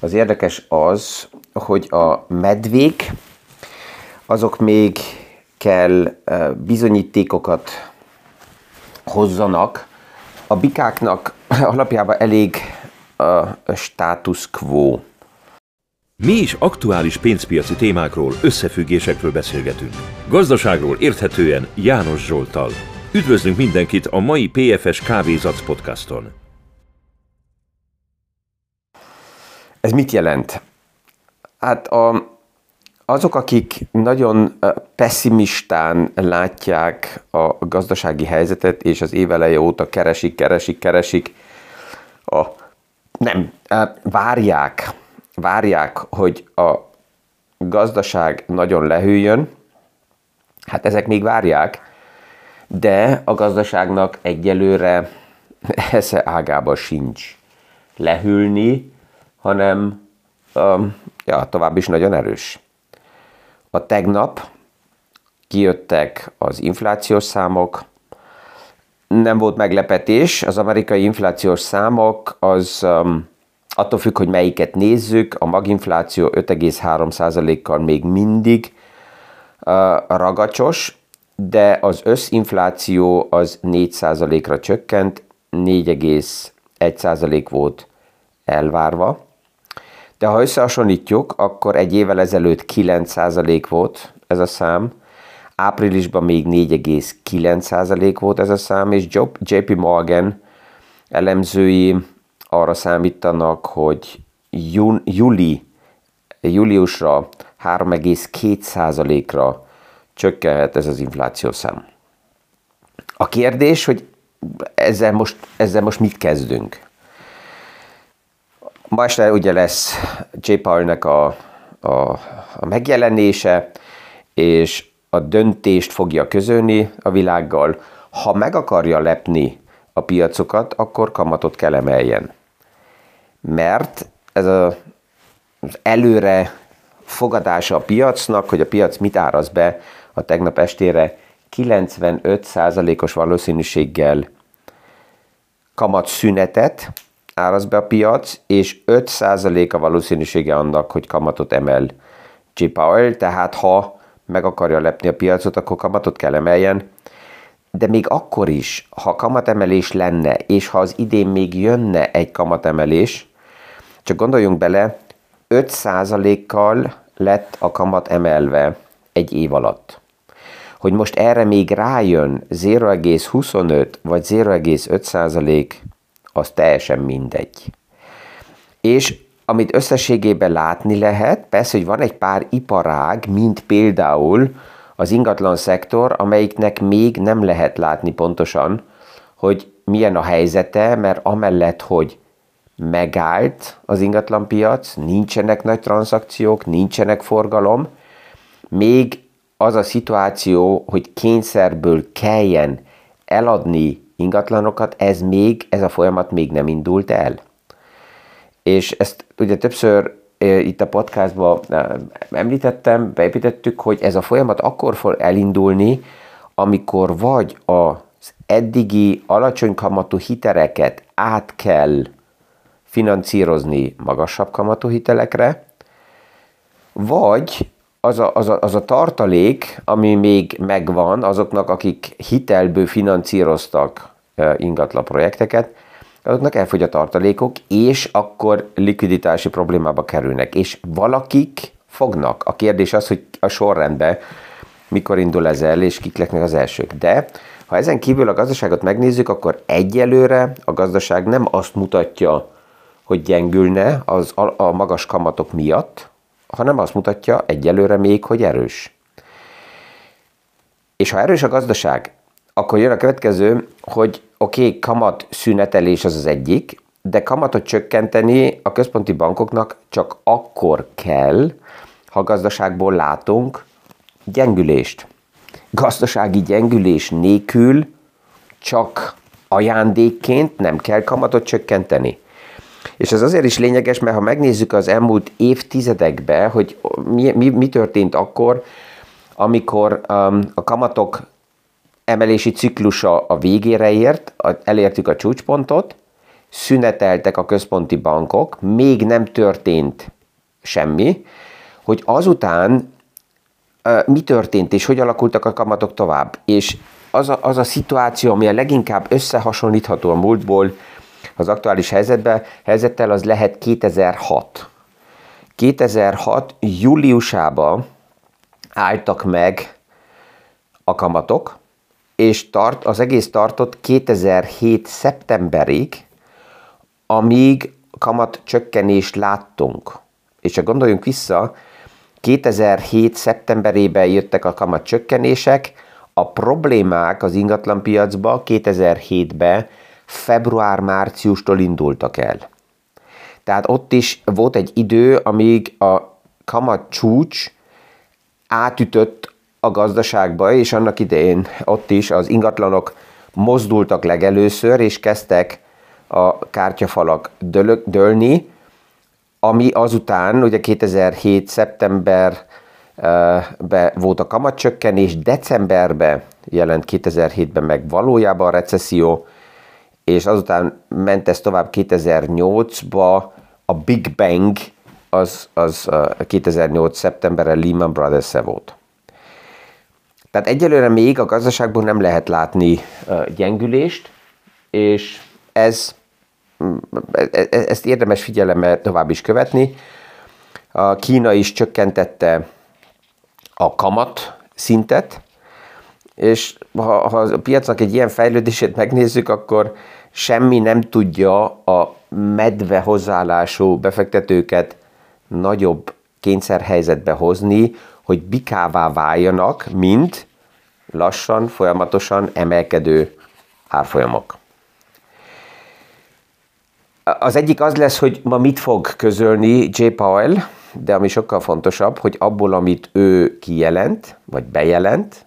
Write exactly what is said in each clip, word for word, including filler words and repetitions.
Az érdekes az, hogy a medvék, azok még kell bizonyítékokat hozzanak. A bikáknak alapjában elég a status quo. Mi is aktuális pénzpiaci témákról, összefüggésekről beszélgetünk. Gazdaságról érthetően János Zsolttal. Üdvözlünk mindenkit a mai pé ef es Kávézac podcaston. Ez mit jelent? Hát a, azok, akik nagyon pessimistán látják a gazdasági helyzetet, és az éveleje óta keresik, keresik, keresik, a, nem, várják, várják, hogy a gazdaság nagyon lehűljön, hát ezek még várják, de a gazdaságnak egyelőre esze ágában sincs lehűlni, hanem um, ja, tovább is nagyon erős. A tegnap kijöttek az inflációs számok, nem volt meglepetés, az amerikai inflációs számok az um, attól függ, hogy melyiket nézzük, a maginfláció öt egész három százalékkal még mindig uh, ragacsos, de az összinfláció az négy százalékra csökkent, négy egész egy százalék volt elvárva. De ha összehasonlítjuk, akkor egy évvel ezelőtt kilenc százalék volt ez a szám, áprilisban még négy egész kilenc százalék volt ez a szám, és jé pé Morgan elemzői arra számítanak, hogy júli, júliusra három egész két százalékra csökkenhet ez az inflációszám. A kérdés, hogy ezzel most, ezzel most mit kezdünk? Ma este ugye lesz Jay Powellnek a, a, a megjelenése, és a döntést fogja közölni a világgal. Ha meg akarja lepni a piacokat, akkor kamatot kell emeljen. Mert ez a, az előre fogadása a piacnak, hogy a piac mit áraz be a tegnap estére, kilencvenöt százalékos valószínűséggel kamatszünetet áraz be a piac, és öt százalék a valószínűsége annak, hogy kamatot emel Jay Powell, tehát ha meg akarja lepni a piacot, akkor kamatot kell emeljen, de még akkor is, ha kamatemelés lenne, és ha az idén még jönne egy kamatemelés, csak gondoljunk bele, öt százalékkal lett a kamat emelve egy év alatt. Hogy most erre még rájön zéro egész huszonöt vagy zéro egész öt százalék, az teljesen mindegy. És amit összességében látni lehet, persze, hogy van egy pár iparág, mint például az ingatlan szektor, amelyiknek még nem lehet látni pontosan, hogy milyen a helyzete, mert amellett, hogy megállt az ingatlanpiac, nincsenek nagy tranzakciók, nincsenek forgalom, még az a szituáció, hogy kényszerből kelljen eladni ingatlanokat, ez még, ez a folyamat még nem indult el. És ezt ugye többször e, itt a podcastban e, említettem, beépítettük, hogy ez a folyamat akkor fog elindulni, amikor vagy az eddigi alacsony kamatú hiteleket át kell finanszírozni magasabb kamatú hitelekre, vagy az a, az, a, az a tartalék, ami még megvan azoknak, akik hitelből finanszíroztak e, ingatlan projekteket, azoknak elfogy a tartalékok, és akkor likviditási problémába kerülnek. És valakik fognak. A kérdés az, hogy a sorrendben mikor indul ez el, és kik lesznek az elsők. De ha ezen kívül a gazdaságot megnézzük, akkor egyelőre a gazdaság nem azt mutatja, hogy gyengülne az a, a magas kamatok miatt, hanem azt mutatja egyelőre még, hogy erős. És ha erős a gazdaság, akkor jön a következő, hogy oké, okay, kamat szünetelés az az egyik, de kamatot csökkenteni a központi bankoknak csak akkor kell, ha a gazdaságból látunk gyengülést. Gazdasági gyengülés nélkül csak ajándékként nem kell kamatot csökkenteni. És ez azért is lényeges, mert ha megnézzük az elmúlt évtizedekben, hogy mi, mi, mi történt akkor, amikor um, a kamatok emelési ciklusa a végére ért, elértük a csúcspontot, szüneteltek a központi bankok, még nem történt semmi, hogy azután uh, mi történt, és hogy alakultak a kamatok tovább. És az a, az a szituáció, ami a leginkább összehasonlítható a múltból az aktuális helyzetben, helyzettel, az lehet kétezer-hat. kétezer-hat júliusában álltak meg a kamatok, és tart, az egész tartott kétezer-hét szeptemberig, amíg kamat csökkenést láttunk. És csak gondoljunk vissza, kétezer-hét szeptemberében jöttek a kamat csökkenések, a problémák az ingatlanpiacba kétezer-hétben február-márciustól indultak el. Tehát ott is volt egy idő, amíg a kamat csúcs átütött a gazdaságba, és annak idején ott is az ingatlanok mozdultak legelőször, és kezdtek a kártyafalak dől- dőlni, ami azután, ugye kétezer-hét szeptemberben volt a kamatcsökkenés, decemberben jelent kétezer-hétben meg valójában a recesszió, és azután ment ez tovább kétezer-nyolcba, a Big Bang az, az kétezer-nyolc szeptemberben Lehman Brothers-e volt. Tehát egyelőre még a gazdaságból nem lehet látni gyengülést, és ez, ezt érdemes figyelemmel tovább is követni. A Kína is csökkentette a kamat szintet, és ha, ha a piacnak egy ilyen fejlődését megnézzük, akkor semmi nem tudja a medve hozzáállású befektetőket nagyobb kényszerhelyzetbe hozni, hogy bikává váljanak, mint lassan, folyamatosan emelkedő árfolyamok. Az egyik az lesz, hogy ma mit fog közölni Jay Powell, de ami sokkal fontosabb, hogy abból, amit ő kijelent, vagy bejelent,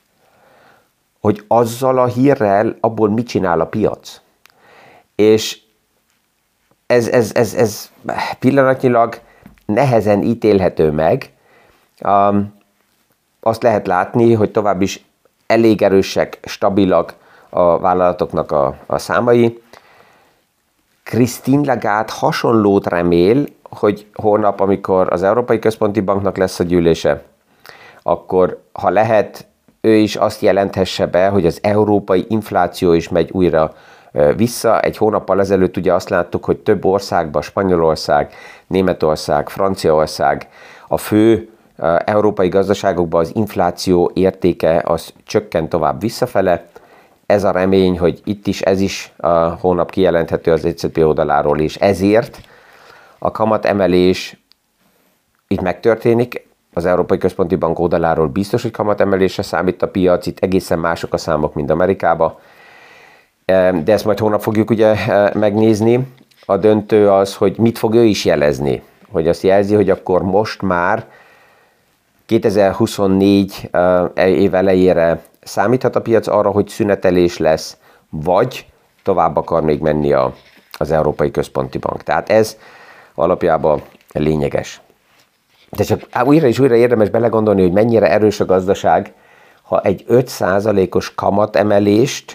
hogy azzal a hírrel abból mit csinál a piac. És ez, ez, ez, ez pillanatnyilag nehezen ítélhető meg. Um, azt lehet látni, hogy tovább is elég erősek, stabilak a vállalatoknak a, a számai. Christine Lagarde hasonlót remél, hogy holnap, amikor az Európai Központi Banknak lesz a gyűlése, akkor, ha lehet, ő is azt jelenthesse be, hogy az európai infláció is megy újra vissza. Egy hónappal ezelőtt ugye azt láttuk, hogy több országban, Spanyolország, Németország, Franciaország, a fő európai gazdaságokban az infláció értéke az csökkent tovább visszafele. Ez a remény, hogy itt is ez is a hónap kijelenthető az é cé pé oldaláról, és ezért a kamatemelés itt megtörténik. Az Európai Központi Bank oldaláról biztos, hogy kamatemelésre számít a piac, itt egészen mások a számok, mint Amerikában. De ezt majd hónap fogjuk ugye megnézni. A döntő az, hogy mit fog ő is jelezni. Hogy azt jelzi, hogy akkor most már kétezer-huszonnégy év elejére számíthat a piac arra, hogy szünetelés lesz, vagy tovább akar még menni a, az Európai Központi Bank. Tehát ez alapjában lényeges. De csak újra és újra érdemes belegondolni, hogy mennyire erős a gazdaság, ha egy öt százalékos kamatemelést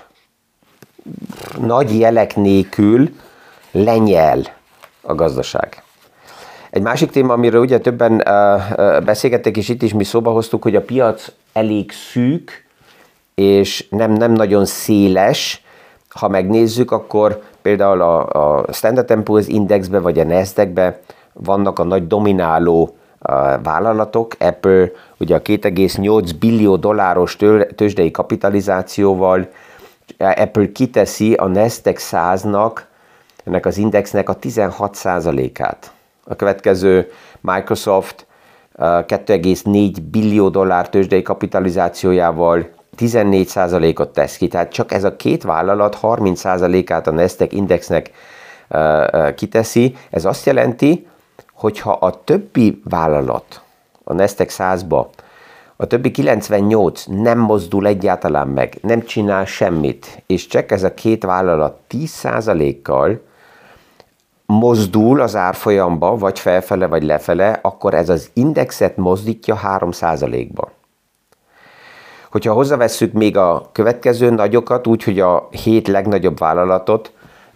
nagy jelek nélkül lenyel a gazdaság. Egy másik téma, amiről ugye többen uh, beszélgettek, és itt is mi szóba hoztuk, hogy a piac elég szűk, és nem, nem nagyon széles. Ha megnézzük, akkor például a, a Standard and Poor's Indexbe, vagy a Nasdaqbe vannak a nagy domináló uh, vállalatok. Apple ugye a két egész nyolc billió dolláros tőzsdei kapitalizációval, Apple kiteszi a Nasdaq száznak, ennek az indexnek a tizenhat százalékát. A következő Microsoft két egész négy billió dollár tőzsdei kapitalizációjával tizennégy százalékot tesz ki. Tehát csak ez a két vállalat harminc százalékát a Nasdaq indexnek kiteszi. Ez azt jelenti, hogy ha a többi vállalat a Nasdaq százba, a többi kilencvennyolc nem mozdul egyáltalán meg, nem csinál semmit, és csak ez a két vállalat tíz százalékkal mozdul az árfolyamba, vagy felfele, vagy lefele, akkor ez az indexet mozdítja három százalékba. Hogyha hozzávesszük még a következő nagyokat, úgy, hogy a hét legnagyobb vállalatot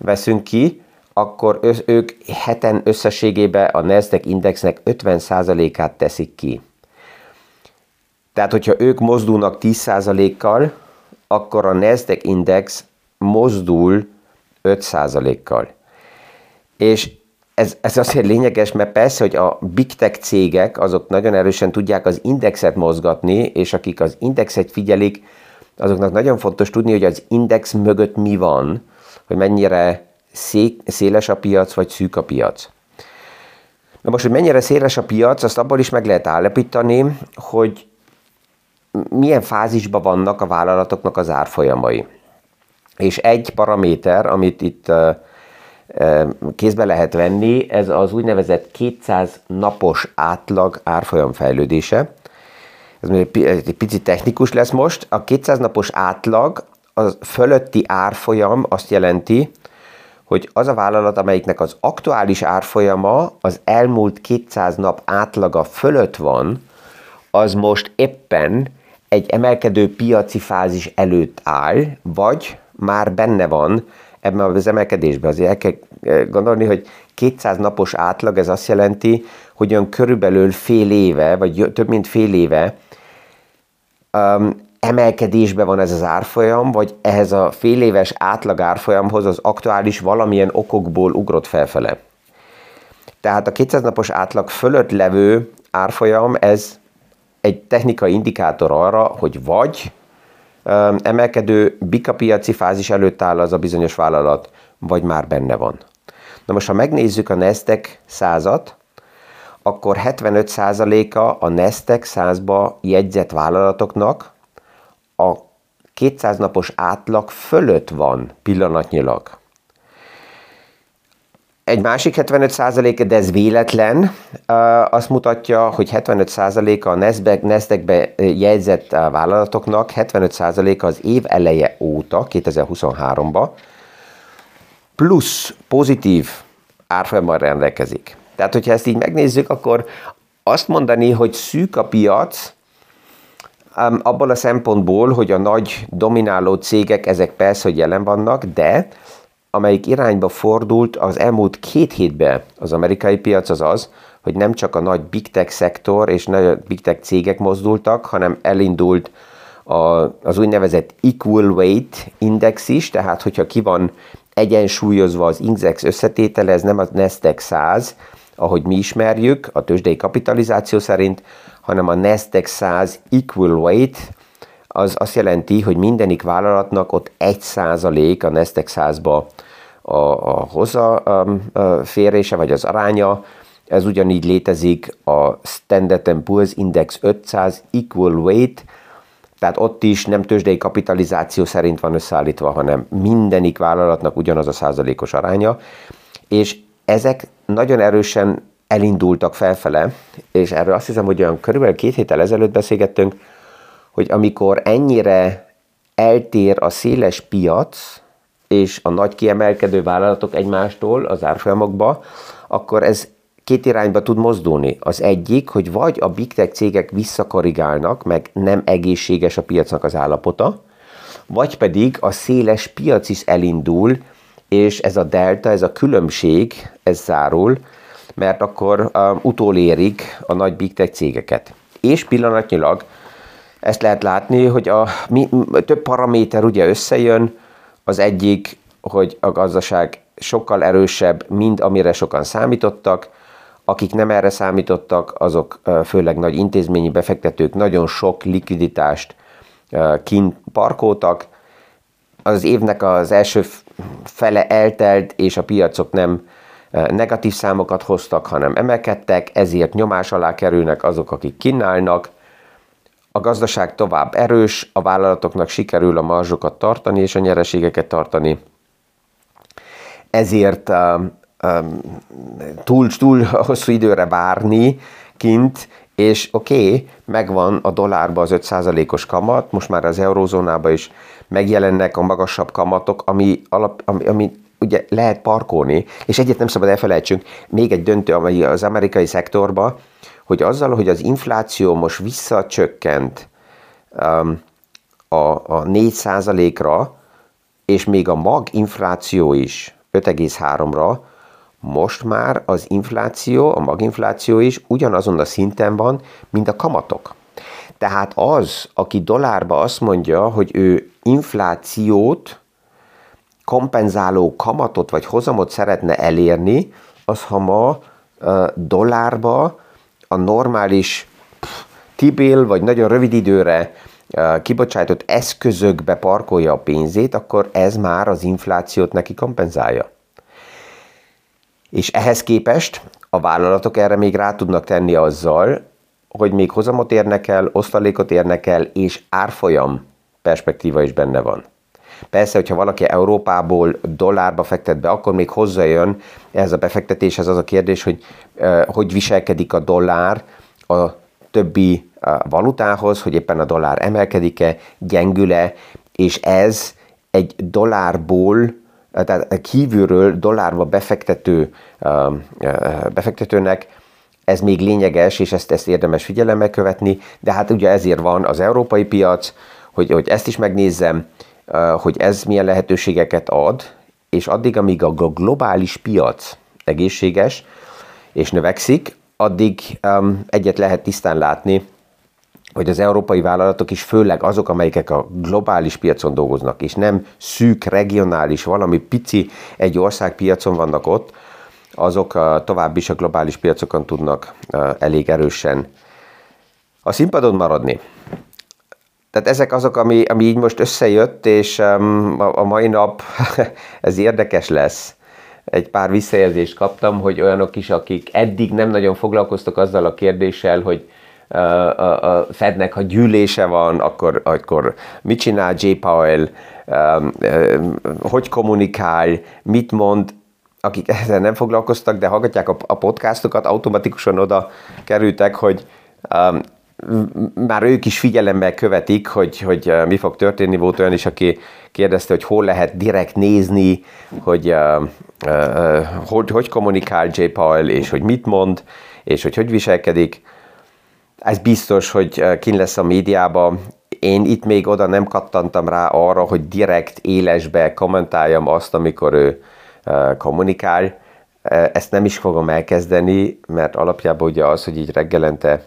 veszünk ki, akkor össz, ők heten összességében a Nasdaq indexnek ötven százalékát teszik ki. Tehát, hogyha ők mozdulnak tíz százalékkal, akkor a Nasdaq index mozdul öt százalékkal. És ez, ez azért lényeges, mert persze, hogy a big tech cégek azok nagyon erősen tudják az indexet mozgatni, és akik az indexet figyelik, azoknak nagyon fontos tudni, hogy az index mögött mi van, hogy mennyire szé- széles a piac, vagy szűk a piac. Na most, hogy mennyire széles a piac, azt abból is meg lehet állapítani, hogy milyen fázisban vannak a vállalatoknak az árfolyamai. És egy paraméter, amit itt kézbe lehet venni, ez az úgynevezett kétszáz napos átlag árfolyam fejlődése. Ez egy picit technikus lesz most. A kétszáz napos átlag, az fölötti árfolyam azt jelenti, hogy az a vállalat, amelyiknek az aktuális árfolyama az elmúlt kétszáz nap átlaga fölött van, az most éppen egy emelkedő piaci fázis előtt áll, vagy már benne van ebben az emelkedésben. Azért el kell gondolni, hogy kétszáz napos átlag, ez azt jelenti, hogy olyan körülbelül fél éve, vagy több mint fél éve um, emelkedésben van ez az árfolyam, vagy ehhez a fél éves átlag árfolyamhoz az aktuális valamilyen okokból ugrott felfele. Tehát a kétszáz napos átlag fölött levő árfolyam, ez egy technikai indikátor arra, hogy vagy um, emelkedő bikapiaci fázis előtt áll az a bizonyos vállalat, vagy már benne van. Na most, ha megnézzük a Nasdaq százat, akkor hetvenöt százaléka a Nasdaq százba jegyzett vállalatoknak a kétszáz napos átlag fölött van pillanatnyilag. Egy másik hetvenöt százalék, de ez véletlen, azt mutatja, hogy hetvenöt százaléka a Nasdaqbe jegyzett vállalatoknak, hetvenöt százaléka az év eleje óta, kétezer-huszonháromban, plusz pozitív árfolyammal rendelkezik. Tehát, hogyha ezt így megnézzük, akkor azt mondani, hogy szűk a piac, abból a szempontból, hogy a nagy domináló cégek, ezek persze, hogy jelen vannak, de amelyik irányba fordult az elmúlt két hétben az amerikai piac az az, hogy nem csak a nagy big tech szektor és nagy big tech cégek mozdultak, hanem elindult a, az úgynevezett equal weight index is, tehát hogyha ki van egyensúlyozva az index összetétele, ez nem a Nasdaq száz, ahogy mi ismerjük, a tőzsdei kapitalizáció szerint, hanem a Nasdaq száz equal weight, az azt jelenti, hogy mindenik vállalatnak ott egy százalék a Nasdaq százba a, a hozzáférése, vagy az aránya. Ez ugyanígy létezik a Standard and Poor's Index ötszáz equal weight, tehát ott is nem tőzsdei kapitalizáció szerint van összeállítva, hanem mindenik vállalatnak ugyanaz a százalékos aránya, és ezek nagyon erősen elindultak felfele, és erről azt hiszem, hogy olyan körülbelül két héttel ezelőtt beszélgettünk, hogy amikor ennyire eltér a széles piac és a nagy kiemelkedő vállalatok egymástól az árfolyamokba, akkor ez két irányba tud mozdulni. Az egyik, hogy vagy a big tech cégek visszakorrigálnak, meg nem egészséges a piacnak az állapota, vagy pedig a széles piac is elindul, és ez a delta, ez a különbség, ez zárul, mert akkor um, utolérik a nagy big tech cégeket. És pillanatnyilag ezt lehet látni, hogy a mi, több paraméter ugye összejön, az egyik, hogy a gazdaság sokkal erősebb, mint amire sokan számítottak, akik nem erre számítottak, azok főleg nagy intézményi befektetők nagyon sok likviditást kint parkoltak. Az évnek az első fele eltelt, és a piacok nem negatív számokat hoztak, hanem emelkedtek, ezért nyomás alá kerülnek azok, akik kínálnak. A gazdaság tovább erős, a vállalatoknak sikerül a marzsokat tartani és a nyereségeket tartani. Ezért um, um, túl, túl hosszú időre várni kint, és oké, okay, megvan a dollárba az öt százalékos kamat, most már az eurózónában is megjelennek a magasabb kamatok, ami, alap, ami, ami ugye lehet parkolni, és egyet nem szabad elfelejtsünk, még egy döntő, amely az amerikai szektorban, hogy azzal, hogy az infláció most visszacsökkent um, a, a négy százalékra, és még a maginfláció is öt egész háromra, most már az infláció, a maginfláció is ugyanazon a szinten van, mint a kamatok. Tehát az, aki dollárba azt mondja, hogy ő inflációt, kompenzáló kamatot vagy hozamot szeretne elérni, az ha ma uh, dollárba a normális T-bill vagy nagyon rövid időre uh, kibocsájtott eszközökbe parkolja a pénzét, akkor ez már az inflációt neki kompenzálja. És ehhez képest a vállalatok erre még rá tudnak tenni azzal, hogy még hozamot érnek el, osztalékot érnek el, és árfolyam perspektíva is benne van. Persze, hogyha valaki Európából dollárba fektet be, akkor még hozzájön ehhez a befektetéshez az a kérdés, hogy uh, hogy viselkedik a dollár a többi uh, valutához, hogy éppen a dollár emelkedik-e, gyengül-e, és ez egy dollárból, tehát kívülről dollárba befektető, uh, uh, befektetőnek ez még lényeges, és ezt, ezt érdemes figyelemmel követni, de hát ugye ezért van az európai piac, hogy, hogy ezt is megnézzem, hogy ez milyen lehetőségeket ad, és addig, amíg a globális piac egészséges és növekszik, addig um, egyet lehet tisztán látni, hogy az európai vállalatok is, főleg azok, amelyek a globális piacon dolgoznak, és nem szűk, regionális, valami pici egy ország piacon vannak ott, azok uh, tovább is a globális piacokon tudnak uh, elég erősen a színpadon maradni. Tehát ezek azok, ami, ami így most összejött, és um, a, a mai nap ez érdekes lesz. Egy pár visszajelzést kaptam, hogy olyanok is, akik eddig nem nagyon foglalkoztak azzal a kérdéssel, hogy uh, a, a Fednek, ha gyűlése van, akkor, akkor mit csinál Jay Powell, um, um, hogy kommunikál, mit mond, akik ezzel nem foglalkoztak, de hallgatják a, a podcastokat, automatikusan oda kerültek, hogy um, már ők is figyelemmel követik, hogy, hogy mi fog történni. Volt olyan is, aki kérdezte, hogy hol lehet direkt nézni, hogy uh, uh, hogy, hogy kommunikál Jay Powell, és hogy mit mond, és hogy hogy viselkedik. Ez biztos, hogy kint lesz a médiában. Én itt még oda nem kattantam rá arra, hogy direkt élesbe kommentáljam azt, amikor ő uh, kommunikál. Uh, ezt nem is fogom elkezdeni, mert alapjában ugye az, hogy így reggelente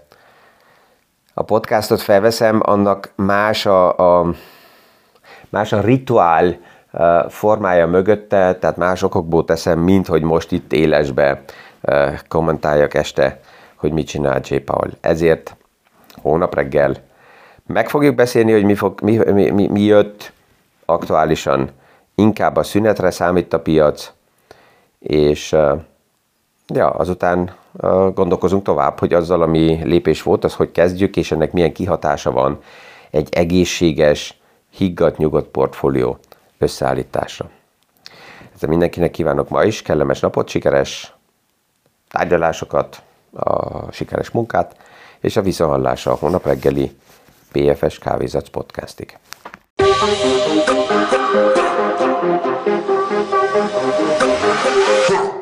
a podcastot felveszem, annak más a, a, más a rituál uh, formája mögötte, tehát más okokból teszem, mint hogy most itt élesbe uh, kommentáljak este, hogy mit csinál Jay Powell. Ezért hónap reggel meg fogjuk beszélni, hogy mi, fog, mi, mi, mi, mi jött aktuálisan. Inkább a szünetre számít a piac, és uh, ja, azután uh, gondolkozunk tovább, hogy azzal, ami lépés volt, az hogy kezdjük, és ennek milyen kihatása van egy egészséges, higgadt-nyugodt portfólió összeállításra. Ezzel mindenkinek kívánok ma is kellemes napot, sikeres tárgyalásokat, a sikeres munkát, és a viszonthallásra a hónap reggeli pé ef es Kávézac podcastig. Huh.